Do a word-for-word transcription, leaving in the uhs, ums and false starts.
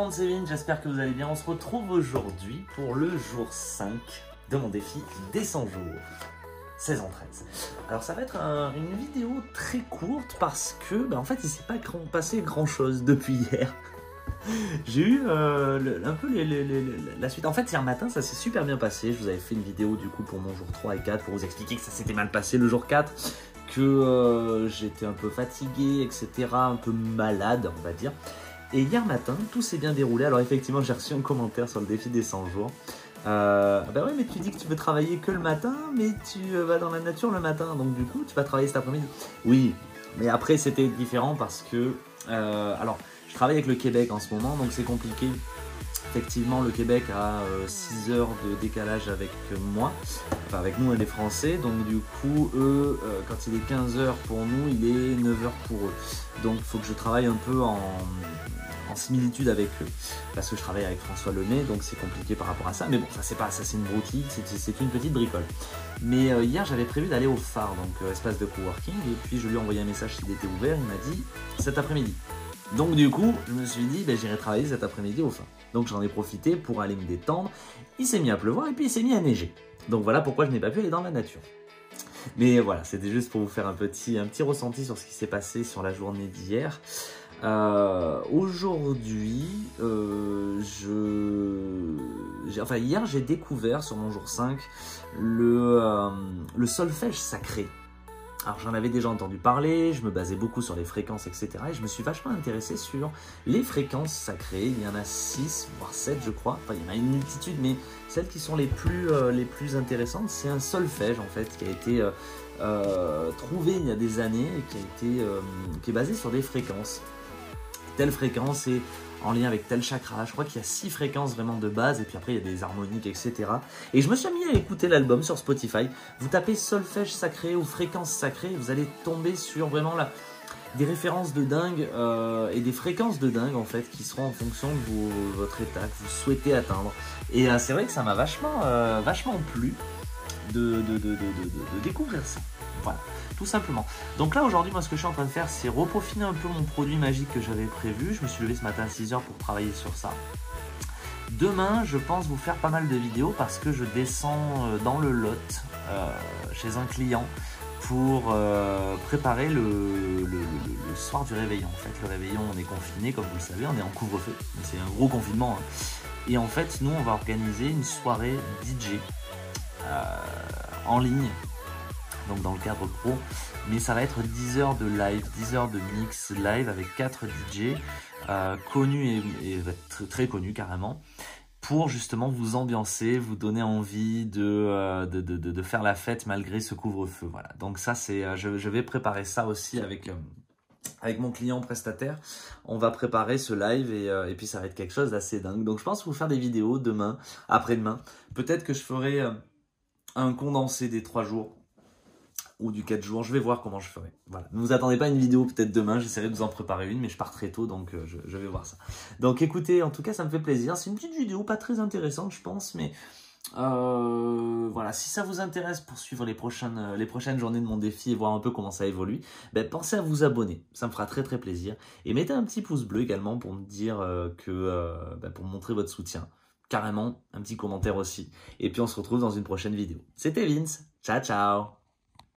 monde, c'est Vin, j'espère que vous allez bien. On se retrouve aujourd'hui pour le jour cinq de mon défi des cent jours, saison treize. Alors ça va être un, une vidéo très courte parce que, bah, en fait, il ne s'est pas grand, passé grand chose depuis hier. J'ai eu euh, le, un peu les, les, les, la suite. En fait, hier matin, ça s'est super bien passé. Je vous avais fait une vidéo du coup pour mon jour trois et quatre pour vous expliquer que ça s'était mal passé le jour quatre, que euh, j'étais un peu fatigué, et cetera, un peu malade, on va dire. Et hier matin, tout s'est bien déroulé. Alors effectivement, j'ai reçu un commentaire sur le défi des cent jours. Euh, bah ouais, mais tu dis que tu veux travailler que le matin, mais tu vas dans la nature le matin. Donc du coup, tu vas travailler cet après-midi. Oui, mais après, c'était différent parce que... Euh, alors, je travaille avec le Québec en ce moment, donc c'est compliqué. Effectivement, le Québec a euh, six heures de décalage avec moi, enfin avec nous, les Français. Donc du coup, eux, euh, quand il est quinze heures pour nous, il est neuf heures pour eux. Donc il faut que je travaille un peu en, en similitude avec eux, parce que je travaille avec François Lemay, donc c'est compliqué par rapport à ça. Mais bon, ça c'est pas, ça c'est une broutille, c'est une petite bricole. Mais euh, hier, j'avais prévu d'aller au phare, donc euh, espace de coworking, et puis je lui ai envoyé un message s'il était ouvert. Il m'a dit cet après-midi. Donc du coup, je me suis dit, ben, j'irai travailler cet après-midi au phare. Donc j'en ai profité pour aller me détendre. Il s'est mis à pleuvoir et puis il s'est mis à neiger. Donc voilà pourquoi je n'ai pas pu aller dans la nature. Mais voilà, c'était juste pour vous faire un petit, un petit ressenti sur ce qui s'est passé sur la journée d'hier. Euh, Aujourd'hui, euh, je... enfin hier j'ai découvert sur mon jour cinq le, euh, le solfège sacré. Alors j'en avais déjà entendu parler, je me basais beaucoup sur les fréquences, et cetera. Et je me suis vachement intéressé sur les fréquences sacrées. Il y en a six, voire sept je crois. Enfin il y en a une multitude, mais celles qui sont les plus, euh, les plus intéressantes, c'est un solfège en fait, qui a été euh, euh, trouvé il y a des années et qui, a été, euh, qui est basé sur des fréquences. Telle fréquence est en lien avec tel chakra. Je crois qu'il y a six fréquences vraiment de base et puis après il y a des harmoniques, et cetera. Et je me suis mis à écouter l'album sur Spotify. Vous tapez solfège sacré ou fréquence sacrée, vous allez tomber sur vraiment la, des références de dingue euh, et des fréquences de dingue en fait qui seront en fonction de vos, votre état que vous souhaitez atteindre. Et euh, c'est vrai que ça m'a vachement, euh, vachement plu de, de, de, de, de, de, de découvrir ça. Voilà, tout simplement. Donc là aujourd'hui, moi ce que je suis en train de faire, c'est repeaufiner un peu mon produit magique que j'avais prévu. Je me suis levé ce matin à six heures pour travailler sur ça. Demain, je pense vous faire pas mal de vidéos parce que je descends dans le Lot euh, chez un client pour euh, préparer le, le, le, le soir du réveillon. En fait, le réveillon, on est confiné, comme vous le savez, on est en couvre-feu. C'est un gros confinement. Hein. Et en fait, nous, on va organiser une soirée D J euh, en ligne. Donc dans le cadre pro, mais ça va être dix heures de live, dix heures de mix live avec quatre D J euh, connus et, et très, très connus carrément, pour justement vous ambiancer, vous donner envie de, euh, de, de, de, de faire la fête malgré ce couvre-feu. Voilà. Donc ça c'est, euh, je, je vais préparer ça aussi avec, euh, avec mon client prestataire. On va préparer ce live et, euh, et puis ça va être quelque chose d'assez dingue. Donc je pense vous faire des vidéos demain, après-demain. Peut-être que je ferai euh, un condensé des trois jours. Ou du quatre jours, je vais voir comment je ferai. Voilà. Ne vous attendez pas à une vidéo peut-être demain, j'essaierai de vous en préparer une, mais je pars très tôt, donc euh, je, je vais voir ça. Donc écoutez, en tout cas, ça me fait plaisir. C'est une petite vidéo, pas très intéressante, je pense, mais euh, voilà, si ça vous intéresse pour suivre les prochaines, euh, les prochaines journées de mon défi et voir un peu comment ça évolue, ben, pensez à vous abonner, ça me fera très très plaisir. Et mettez un petit pouce bleu également pour me dire euh, que, euh, ben, pour montrer votre soutien. Carrément, un petit commentaire aussi. Et puis on se retrouve dans une prochaine vidéo. C'était Vince, ciao ciao.